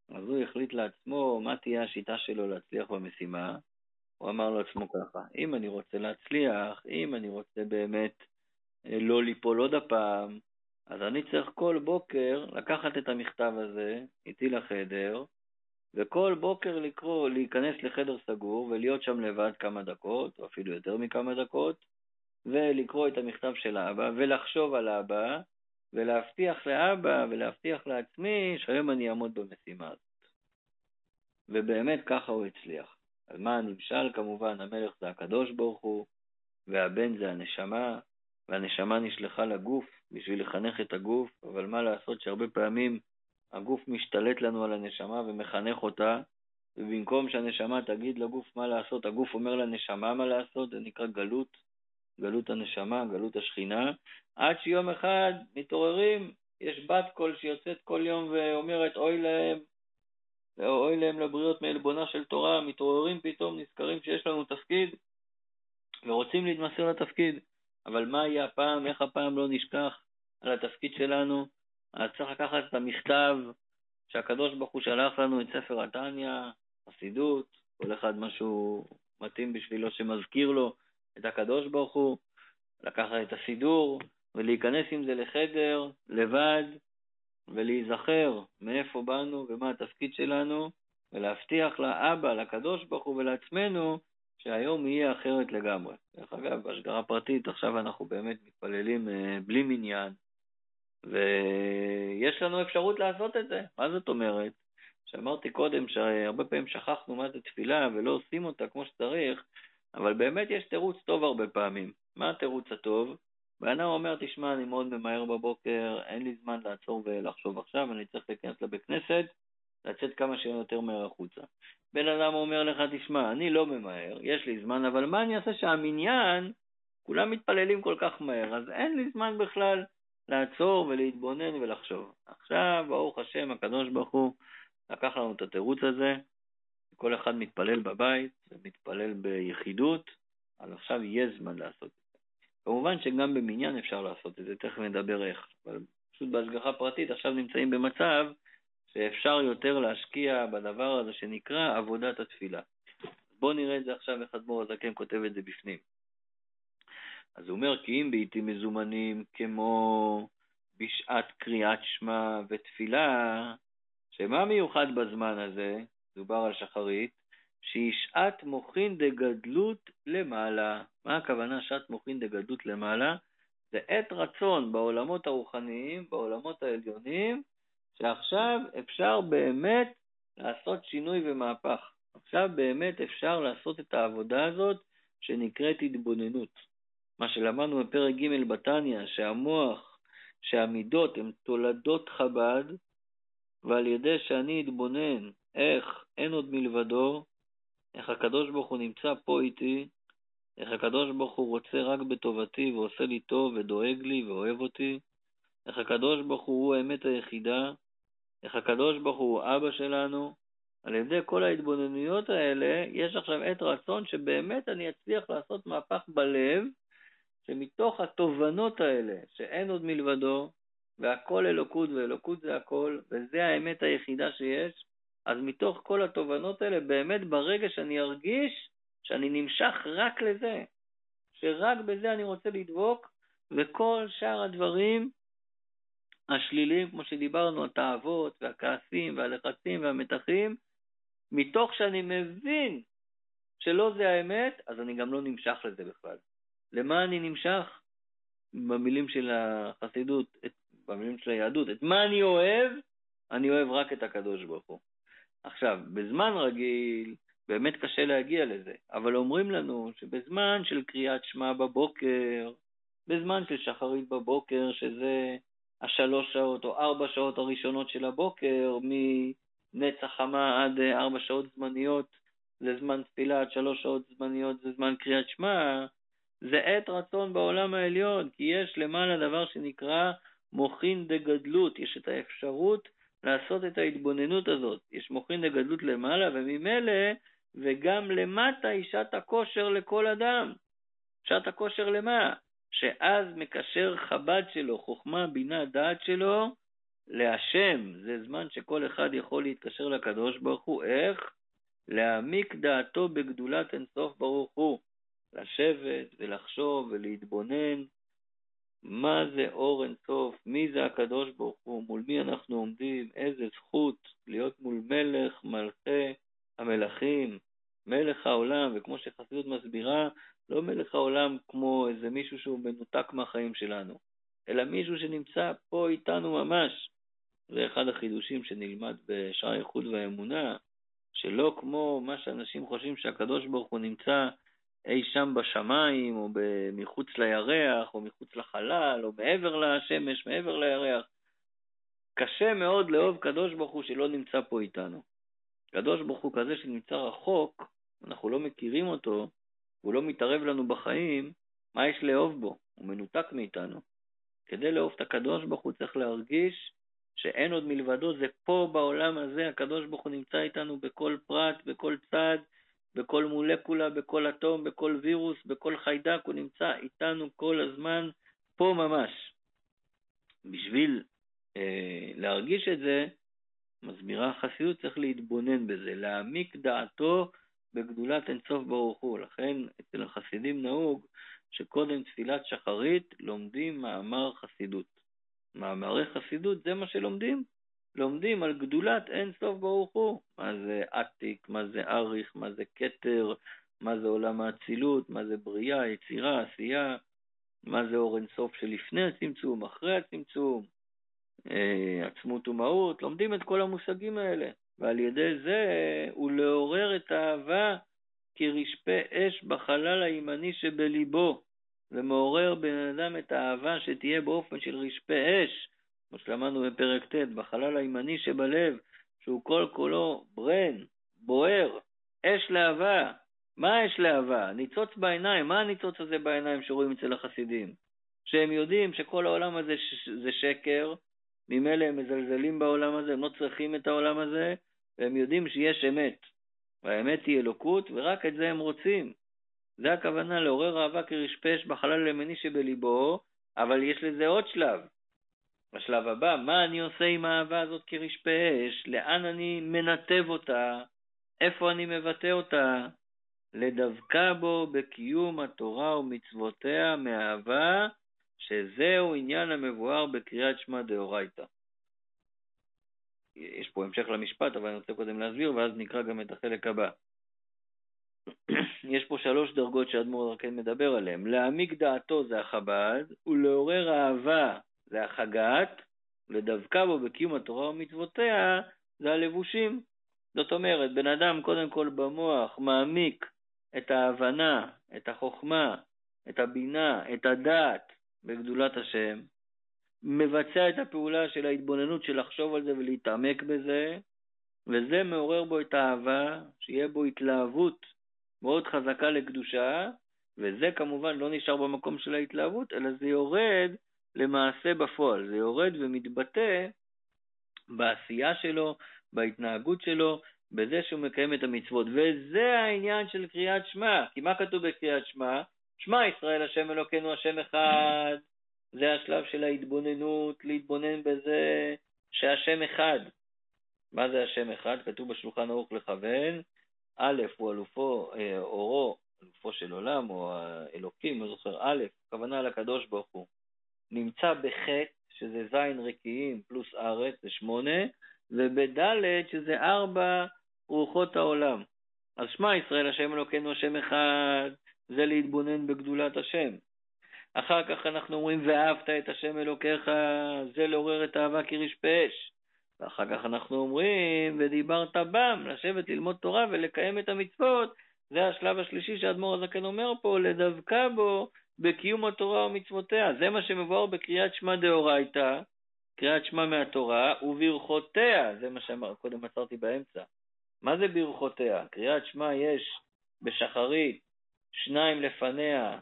אז הוא החליט לעצמו מה תהיה השיטה שלו להצליח במשימה. הוא אמר לעצמו ככה, אם אני רוצה להצליח, אם אני רוצה באמת לא ליפול עוד הפעם, אז אני צריך כל בוקר לקחת את המכתב הזה איתי לחדר, וכל בוקר להיכנס לחדר סגור ולהיות שם לבד כמה דקות, או אפילו יותר מכמה דקות, ולקרוא את המכתב של אבא, ולחשוב על אבא, ולהבטיח לאבא ולהבטיח לעצמי שהיום אני אעמוד במשימה הזאת. ובאמת ככה הוא הצליח. אז מה הנמשל? כמובן, המלך זה הקדוש ברוך הוא, והבן זה הנשמה, והנשמה נשלחה לגוף בשביל לחנך את הגוף, אבל מה לעשות שהרבה פעמים הגוף משתלט לנו על הנשמה ומחנך אותה, ובמקום שהנשמה תגיד לגוף מה לעשות, הגוף אומר לנשמה מה לעשות, זה נקרא גלות, גלות הנשמה, גלות השכינה, עד שיום אחד מתעוררים, יש בת קול שיוצאת כל יום ואומרת אוי להם לבריות מעלבונה של תורה, מתעוררים פתאום, נזכרים שיש לנו תפקיד, ורוצים להתמסר לתפקיד. אבל מה יהיה הפעם, איך הפעם לא נשכח על התפקיד שלנו? אז צריך לקחת את המכתב שהקדוש ברוך הוא שלח לנו, את ספר התניא, חסידות, כל אחד משהו מתאים בשבילו שמזכיר לו את הקדוש ברוך הוא, לקחת את הסידור ולהיכנס עם זה לחדר לבד, ולהיזכר מאיפה באנו ומה התפקיד שלנו, ולהבטיח לאבא, לקדוש ברוך הוא ולעצמנו, שהיום יהיה אחרת לגמרי. דרך אגב, בהשגחה פרטית, עכשיו אנחנו באמת מתפללים בלי מניין, ויש לנו אפשרות לעשות את זה. מה זאת אומרת? שאמרתי קודם שהרבה פעמים שכחנו מה זה תפילה ולא עושים אותה כמו שצריך, אבל באמת יש תירוץ טוב הרבה פעמים. מה התירוץ הטוב? בן אדם אומר, תשמע, אני מאוד ממהר בבוקר, אין לי זמן לעצור ולחשוב עכשיו, אני צריך להיכנס לבית כנסת, לצאת כמה שיותר מהר החוצה. בן אדם אומר לך, תשמע, אני לא ממהר, יש לי זמן, אבל מה אני אעשה שהמניין, כולם מתפללים כל כך מהר, אז אין לי זמן בכלל לעצור ולהתבונן ולחשוב. עכשיו, ברוך השם, הקדוש ברוך הוא לקח לנו את התירוץ הזה, כל אחד מתפלל בבית ומתפלל ביחידות, אז עכשיו יהיה זמן לעשות את זה. כמובן שגם במניין אפשר לעשות את זה, תכף נדבר איך, אבל פשוט בהשגחה פרטית עכשיו נמצאים במצב שאפשר יותר להשקיע בדבר הזה שנקרא עבודת התפילה. בואו נראה את זה עכשיו, איך אדמו"ר הזקן כותב את זה בפנים. אז הוא אומר, כי אם בעתים מזומנים כמו בשעת קריאת שמע ותפילה, שמה מיוחד בזמן הזה, דובר על שחרית, שהיא שעת מוחין דגדלות למעלה. מה הכוונה שעת מוחין דגדלות למעלה? זה עת רצון בעולמות הרוחניים, בעולמות העליונים, שעכשיו אפשר באמת לעשות שינוי ומהפך. עכשיו באמת אפשר לעשות את העבודה הזאת שנקראת התבוננות. מה שלמדנו בפרק ג' בתניא, שהמוח, שהמידות הן תולדות חב"ד, ועל ידי שאני אתבונן איך אין עוד מלבדו, איך הקדוש ברוך הוא נמצא פה איתי, איך הקדוש ברוך הוא רוצה רק בטובתי ועושה לי טוב ודואג לי ואוהב אותי, איך הקדוש ברוך הוא האמת היחידה, איך הקדוש ברוך הוא אבא שלנו. על ידי כל ההתבוננויות האלה יש עכשיו עת רצון שבאמת אני אצליח לעשות מהפך בלב, שמתוך התובנות האלה שאין עוד מלבדו, והכל אלוקות ואלוקות זה הכל, וזה האמת היחידה שיש, אז מתוך כל התובנות האלה באמת ברגע שאני ארגיש שאני נמשך רק לזה, שרק בזה אני רוצה לדבוק, וכל שאר הדברים השליליים, כמו שדיברנו, התאוות והכעסים והלחצים והמתחים, מתוך שאני מבין שלא זה האמת, אז אני גם לא נמשך לזה בכלל. למה אני נמשך? במילים של החסידות, במילים של היהדות, את מה אני אוהב? אני אוהב רק את הקדוש ברוך הוא. עכשיו, בזמן רגיל, באמת קשה להגיע לזה, אבל אומרים לנו שבזמן של קריאת שמע בבוקר, בזמן של שחרית בבוקר, שזה 3 שעות או 4 שעות הראשונות של הבוקר, מנצח חמה עד 4 שעות זמניות, זה זמן תפילה, עד 3 שעות זמניות זה זמן קריאת שמע, זה עת רצון בעולם העליון, כי יש למעלה דבר שנקרא מוחין דגדלות, יש את האפשרות לעשות את ההתבוננות הזאת. יש מוחין דגדלות למעלה, וממילא וגם למטה היא שעת הכושר לכל אדם. שעת הכושר למה? שאז מקשר חב"ד שלו, חוכמה, בינה, דעת שלו, להשם, זה זמן שכל אחד יכול להתקשר לקדוש ברוך הוא. איך? להעמיק דעתו בגדולת אינסוף ברוך הוא. לשבת ולחשוב ולהתבונן מה זה אור אינסוף, מי זה הקדוש ברוך הוא, מול מי אנחנו עומדים, איזה זכות להיות מול מלך מלכי המלכים, מלך העולם. וכמו שחסידות מסבירה, לא מלך העולם כמו איזה מישהו שהוא מנותק מהחיים שלנו, אלא מישהו שנמצא פה איתנו ממש. זה אחד החידושים שנלמד בשער הייחוד והאמונה, שלא כמו מה שאנשים חושבים שהקדוש ברוך הוא נמצא אי שם בשמיים, או מחוץ לירח, או מחוץ לחלל, או מעבר לשמש, מעבר לירח. קשה מאוד לאהוב קדוש ברוך הוא שלא נמצא פה איתנו. קדוש ברוך הוא כזה שנמצא רחוק, אנחנו לא מכירים אותו, הוא לא מתערב לנו בחיים, מה יש לאהוב בו? הוא מנותק מאיתנו. כדי לאהוב את הקדוש ברוך הוא צריך להרגיש שאין עוד מלבדו, זה פה בעולם הזה, הקדוש ברוך הוא נמצא איתנו בכל פרט, בכל צד, בכל מולקולה, בכל אטום, בכל וירוס, בכל חיידק, הוא נמצא איתנו כל הזמן, פה ממש. בשביל להרגיש את זה, מסבירה החסידות, צריך להתבונן בזה, להעמיק דעתו בגדולת אינסוף ברוך הוא. לכן אצל החסידים נהוג שקודם תפילת שחרית לומדים מאמר חסידות. מאמרי חסידות זה מה שלומדים. לומדים על גדולת אינסוף ברוך הוא. מה זה עתיק, מה זה אריך, מה זה כתר, מה זה עולם האצילות, מה זה בריאה, יצירה, עשייה, מה זה אור אינסוף שלפני הצמצום, אחרי הצמצום, עצמות ומהות. לומדים את כל המושגים האלה, ועל ידי זה הוא לעורר את האהבה כרשפה אש בחלל הימני שבליבו, ומעורר בן אדם את האהבה שתהיה באופן של רשפה אש, כמו שלמדנו בפרק ט', בחלל הימני שבלב, שהוא כל כולו ברן, בוער, אש לאהבה. מה אש לאהבה? ניצוץ בעיניים. מה הניצוץ הזה בעיניים שרואים אצל החסידים? שהם יודעים שכל העולם הזה זה שקר, ממילא הם מזלזלים בעולם הזה, הם לא צריכים את העולם הזה, והם יודעים שיש אמת. והאמת היא אלוקות, ורק את זה הם רוצים. זה הכוונה, לעורר אהבה כרשפה אש בחלל הימני שבליבו, אבל יש לזה עוד שלב. השלב הבא, מה אני עושה עם האהבה הזאת כרשפה אש? לאן אני מנתב אותה? איפה אני מבטא אותה? לדבקה בו בקיום התורה ומצוותיה מאהבה, שזהו עניין המבואר בקריאת שמע דאורייתא. יש פה המשך למשפט, אבל אני רוצה קודם להסביר, ואז נקרא גם את החלק הבא. יש פה 3 דרגות שאדמו"ר הזקן מדבר עליהן. להעמיק דעתו זה החב"ד, ולעורר אהבה זה החגת, ולדבקה בו בקיום התורה ומצוותיה זה הלבושים. זאת אומרת, בן אדם קודם כל במוח מעמיק את ההבנה, את החוכמה, את הבינה, את הדעת בגדולת השם, מבצע את הפעולה של ההתבוננות של לחשוב על זה ולהתעמק בזה, וזה מעורר בו את האהבה, שיהיה בו התלהבות מאוד חזקה לקדושה, וזה כמובן לא נשאר במקום של ההתלהבות, אלא זה יורד למעשה בפועל, זה יורד ומתבטא בעשייה שלו, בהתנהגות שלו, בזה שהוא מקיים את המצוות. וזה העניין של קריאת שמע. כי מה כתוב בקריאת שמע? שמע ישראל השם אלוקינו השם אחד. זה השלב של ההתבוננות, להתבונן בזה שהשם אחד. מה זה השם אחד? כתוב בשולחן ערוך לכוון, א' הוא אלופו, אורו, אלופו של עולם, או האלוקים, לא זוכר, א', הכוונה לקדוש ברוך הוא. נמצא בחטא, שזה זין רקיעים פלוס ארץ, זה 8, ובדלת, שזה 4 רוחות העולם. אז שמע ישראל השם אלוקינו השם אחד, זה להתבונן בגדולת השם. אחר כך אנחנו אומרים ואהבת את השם אלוקיך, זה לעורר את האהבה כרשפה אש. ואחר כך אנחנו אומרים ודיברת בם, לשבת ללמוד תורה ולקיים את המצוות. זה השלב השלישי שהאדמו"ר הזקן אומר פה, לדבקה בו בקיום התורה ומצוותיה. זה מה שמבואר בקריאת שמע דאורייתא, קריאת שמע מהתורה, וברכותיה, זה מה שקודם עצרתי באמצע. מה זה ברכותיה? קריאת שמע יש בשחרית 2 לפניה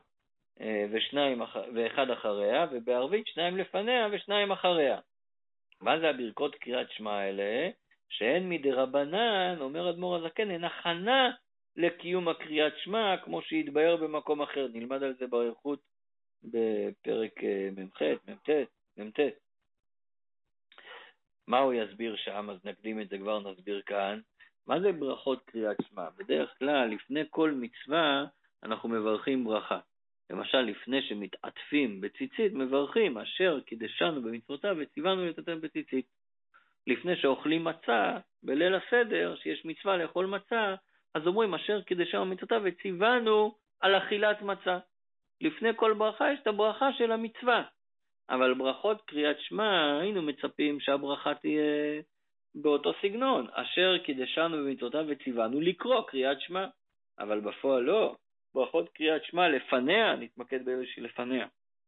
ואחד אחריה, ובערבית 2 לפניה ו2 אחריה. מה זה הברכות קריאת שמע האלה? שהן מדרבנן, אומר אדמו"ר הזקן, הן הכנה לקיום הקריאת שמע, כמו שהתבאר במקום אחר. נלמד על זה באריכות בפרק מ"ח, מ"ט. מה הוא יסביר שם? אז נקדים את זה, כבר נסביר כאן. מה זה ברכות קריאת שמע? בדרך כלל, לפני כל מצווה, אנחנו מברכים ברכה. למשל, לפני שמתעטפים בציצית, מברכים, אשר קידשנו במצוותיו וציוונו לתת בציצית. לפני שאוכלים מצה, בליל הסדר, שיש מצווה לאכול מצה, אז אומרים, אשר קידשנו במצוותיו וציוונו על אכילת מצה. לפני כל ברכה יש את הברכה של המצווה. אבל ברכות קריאת שמע, היינו מצפים שהברכה תהיה באותו סגנון, אשר קידשנו במצוותיו וציוונו לקרוא קריאת שמע. אבל בפועל לא. ברכות קריאת שמע לפניה, נתמקד באלה שלפניה.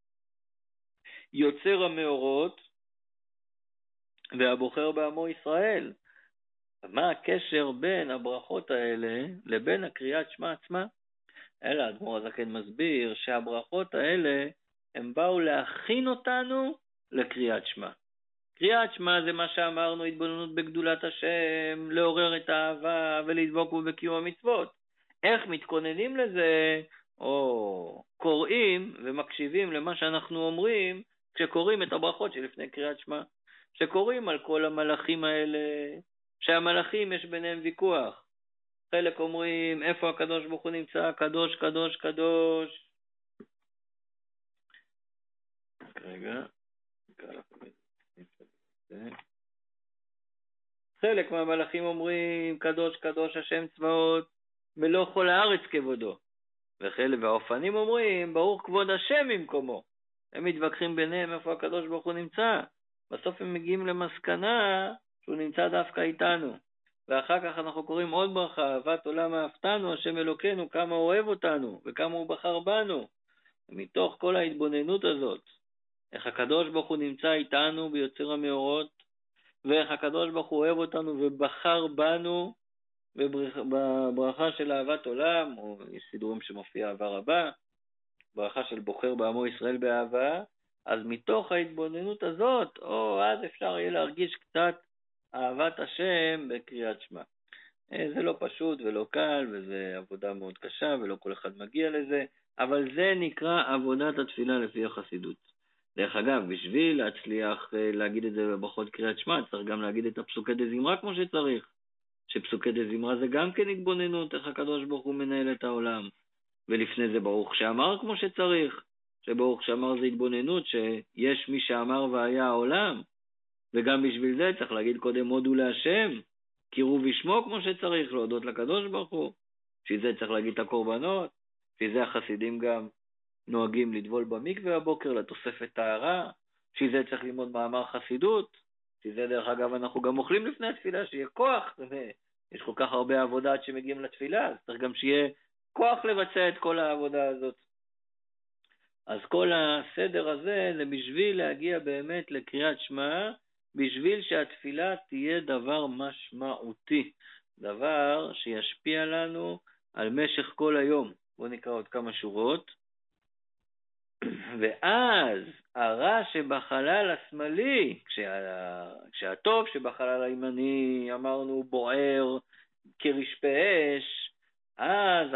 יוצר המאורות והבוחר בעמו ישראל. מה הקשר בין הברכות האלה לבין הקריאת שמע עצמה? אלא האדמו"ר הזקן מסביר שהברכות האלה הם באו להכין אותנו לקריאת שמע. קריאת שמע זה מה שאמרנו, התבוננות בגדולת השם, לעורר את האהבה ולדבוק בו בקיום המצוות. איך מתכוננים לזה? או קוראים ומקשיבים למה שאנחנו אומרים כשקוראים את הברכות שלפני קריאת שמע. שקוראים על כל המלאכים האלה, שהמלאכים יש ביניהם ויכוח. חלק אומרים, איפה הקדוש ברוך הוא נמצא? קדוש, קדוש, קדוש. רגע. חלק מהמלאכים אומרים, קדוש, קדוש, השם צבאות, מלוא כל הארץ כבודו. וחלק והאופנים אומרים, ברוך כבוד השם במקומו. הם מתווכחים ביניהם איפה הקדוש ברוך הוא נמצא. בסוף הם מגיעים למסקנה שהוא נמצא דווקא איתנו. ואחר כך אנחנו קוראים עוד ברכה, אהבת עולם אהבתנו, השם אלוקינו, כמה הוא אוהב אותנו וכמה הוא בחר בנו. ומתוך כל ההתבוננות הזאת, איך הקדוש ברוך הוא נמצא איתנו ביוצר המאורות, ואיך הקדוש ברוך הוא אוהב אותנו ובחר בנו בברכה של אהבת עולם, או יש סידורים שמופיע אהבה רבה, ברכה של בוחר בעמו ישראל באהבה, אז מתוך ההתבוננות הזאת, אז אפשר יהיה להרגיש קצת אהבת השם בקריאת שמע. זה לא פשוט ולא קל, וזה עבודה מאוד קשה, ולא כל אחד מגיע לזה, אבל זה נקרא עבודת התפילה לפי החסידות. דרך אגב, בשביל להצליח להגיד את זה בברכות קריאת שמע, צריך גם להגיד את הפסוקי דזמרה כמו שצריך. שפסוקי דזמרה זה גם כן התבוננות, איך הקדוש ברוך הוא מנהל את העולם. ולפני זה ברוך שאמר כמו שצריך, שברוך שאמר זה התבוננות, שיש מי שאמר והיה העולם, וגם בשביל זה צריך להגיד קודם הודו להשם, קירו בשמו כמו שצריך, להודות לקדוש ברוך הוא. בשביל זה צריך להגיד את הקורבנות, בשביל זה החסידים גם נוהגים לטבול במקווה הבוקר לתוספת טהרה, בשביל זה צריך ללמוד מאמר חסידות, בשביל זה דרך אגב אנחנו גם אוכלים לפני התפילה, שיהיה כוח, יש כל כך הרבה עבודה עד שמגיעים לתפילה, אז צריך גם שיהיה כוח לבצע את כל העבודה הזאת. אז כל הסדר הזה זה בשביל להגיע באמת לקריאת שמע, בשביל שהתפילה תהיה דבר משמעותי, דבר שישפיע לנו על משך כל היום. בואו נקרא עוד כמה שורות. ואז הרע שבחלל השמאלי, כשהטוב שבחלל הימני אמרנו בוער כרשפה אש, אז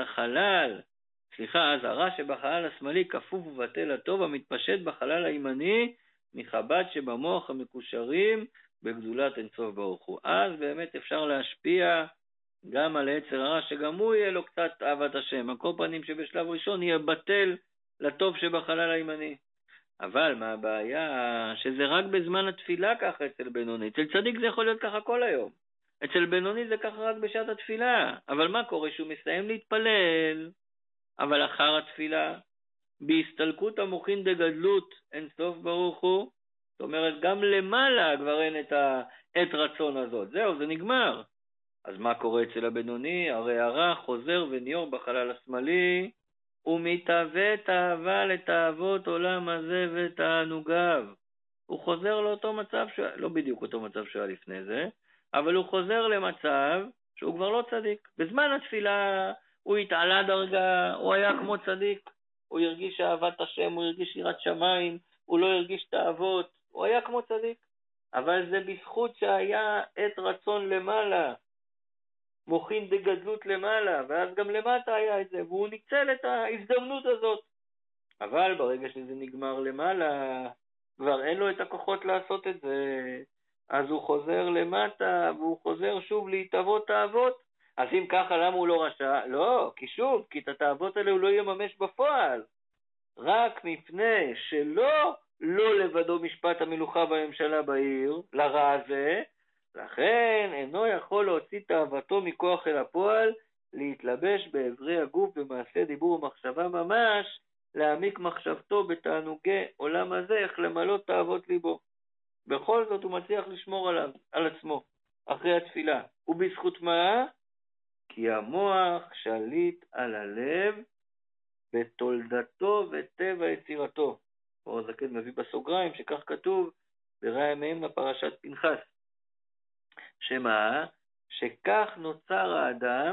הרע שבחלל השמאלי כפוף ובטל הטוב המתפשט בחלל הימני מחב"ד שבמוח המקושרים בגדולת אינסוף ברוך הוא. אז באמת אפשר להשפיע גם על יצר הרע, שגם הוא יהיה לו קצת אהבת השם. על כל פנים שבשלב ראשון יהיה בטל לטוב שבחלל הימני. אבל מה הבעיה? שזה רק בזמן התפילה ככה אצל בינוני. אצל צדיק זה יכול להיות ככה כל היום. אצל בינוני זה ככה רק בשעת התפילה. אבל מה קורה? שהוא מסיים להתפלל, אבל אחר התפילה, בהסתלקות המוחין דגדלות אין סוף ברוך הוא, זאת אומרת גם למעלה כבר אין את העת רצון הזאת. זהו, זה נגמר. אז מה קורה אצל הבינוני? הרי הרע חוזר וניור בחלל השמאלי, ומתהווה תאווה לתאוות עולם הזה ותענוגיו. הוא חוזר לאותו מצב, לא בדיוק אותו מצב שהיה לפני זה, אבל הוא חוזר למצב שהוא כבר לא צדיק. בזמן התפילה הוא התעלה דרגה, הוא היה כמו צדיק, הוא הרגיש אהבת השם, הוא הרגיש יראת שמיים, הוא לא הרגיש תאוות, הוא היה כמו צדיק. אבל זה בזכות שהיה עת רצון למעלה, מוחין דגדלות למעלה, ואז גם למטה היה את זה, והוא ניצל את ההזדמנות הזאת. אבל ברגע שזה נגמר למעלה, כבר אין לו את הכוחות לעשות את זה, אז הוא חוזר למטה, והוא חוזר שוב להתאבות תאוות. אז אם ככה, למה הוא לא רשע? לא, כי שוב, כי את התאוות האלה הוא לא יממש בפועל. רק מפני לא לבדו משפט המלוכה בממשלה בעיר, לרע הזה, לכן אינו יכול להוציא תאוותו מכוח אל הפועל, להתלבש באברי הגוף במעשה דיבור ומחשבה ממש, להעמיק מחשבתו בתענוגי עולם הזה, איך למלות תאוות ליבו. בכל זאת הוא מצליח לשמור על עצמו, אחרי התפילה. ובזכות מה? כי המוח שליט על הלב, בתולדתו וטבע יצירתו. אור הזקן מביא בסוגריים שכך כתוב ברעי ימיהם לפרשת פנחס. שמה? שכך נוצר האדם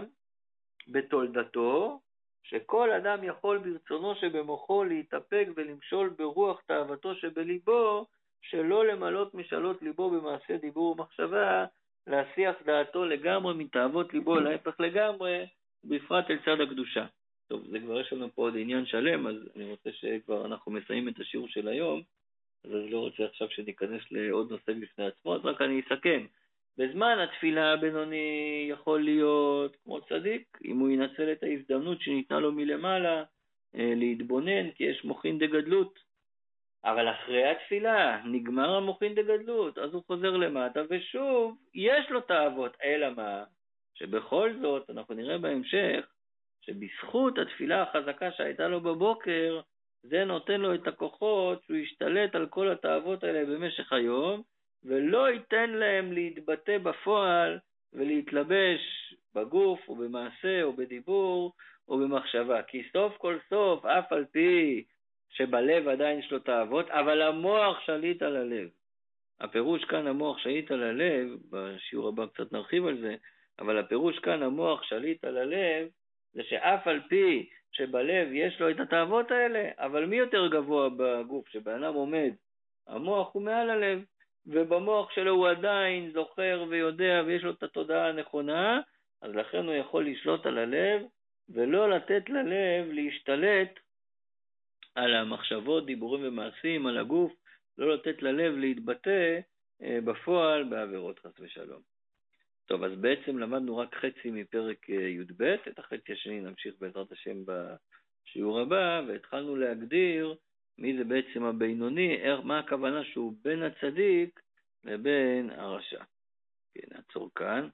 בתולדתו, שכל אדם יכול ברצונו שבמוחו להתאפק ולמשול ברוח תאוותו שבליבו, שלא למלות משאלות ליבו במעשה דיבור ומחשבה, להסיח דעתו לגמרי מתאוות ליבו, להפך לגמרי, בפרט אל צד הקדושה. טוב, זה כבר יש לנו פה עוד עניין שלם, אז אני רוצה שכבר אנחנו מסיים את השיעור של היום, אז אני לא רוצה עכשיו שניכנס לעוד נושא בפני עצמו, אז רק אני אסכם. בזמן התפילה הבינוני יכול להיות כמו צדיק, אם הוא ינצל את ההזדמנות שניתנה לו מלמעלה, להתבונן, כי יש מוחין דגדלות. אבל אחרי התפילה נגמר המוחין דגדלות, אז הוא חוזר למטה, ושוב יש לו תאוות, אלא מה? שבכל זאת, אנחנו נראה בהמשך, שבזכות התפילה החזקה שהייתה לו בבוקר, זה נותן לו את הכוחות שהוא ישתלט על כל התאוות האלה במשך היום, ולא ייתן להם להתבטא בפועל ולהתלבש בגוף או במעשה או בדיבור או במחשבה. כי סוף כל סוף, אף על פי שבלב עדיין יש לו תאוות, אבל המוח שליט על הלב. הפירוש כאן המוח שליט על הלב, בשיעור הבא קצת נרחיב על זה, אבל הפירוש כאן המוח שליט על הלב, זה שאף על פי שבלב יש לו את התאוות האלה, אבל מי יותר גבוה בגוף? שבאדם עומד, המוח הוא מעל הלב, ובמוח שלו הוא עדיין זוכר ויודע ויש לו את התודעה הנכונה, אז לכן הוא יכול לשלוט על הלב, ולא לתת ללב להשתלט על המחשבות, דיבורים ומעשים, על הגוף, לא לתת ללב להתבטא בפועל בעבירות חס ושלום. טוב, אז בעצם למדנו רק חצי מפרק י"ב, את החצי השני נמשיך בעזרת השם בשיעור הבא, והתחלנו להגדיר מי זה בעצם הבינוני, מה הכוונה שהוא בין הצדיק לבין הרשע. כן, נעצור כאן.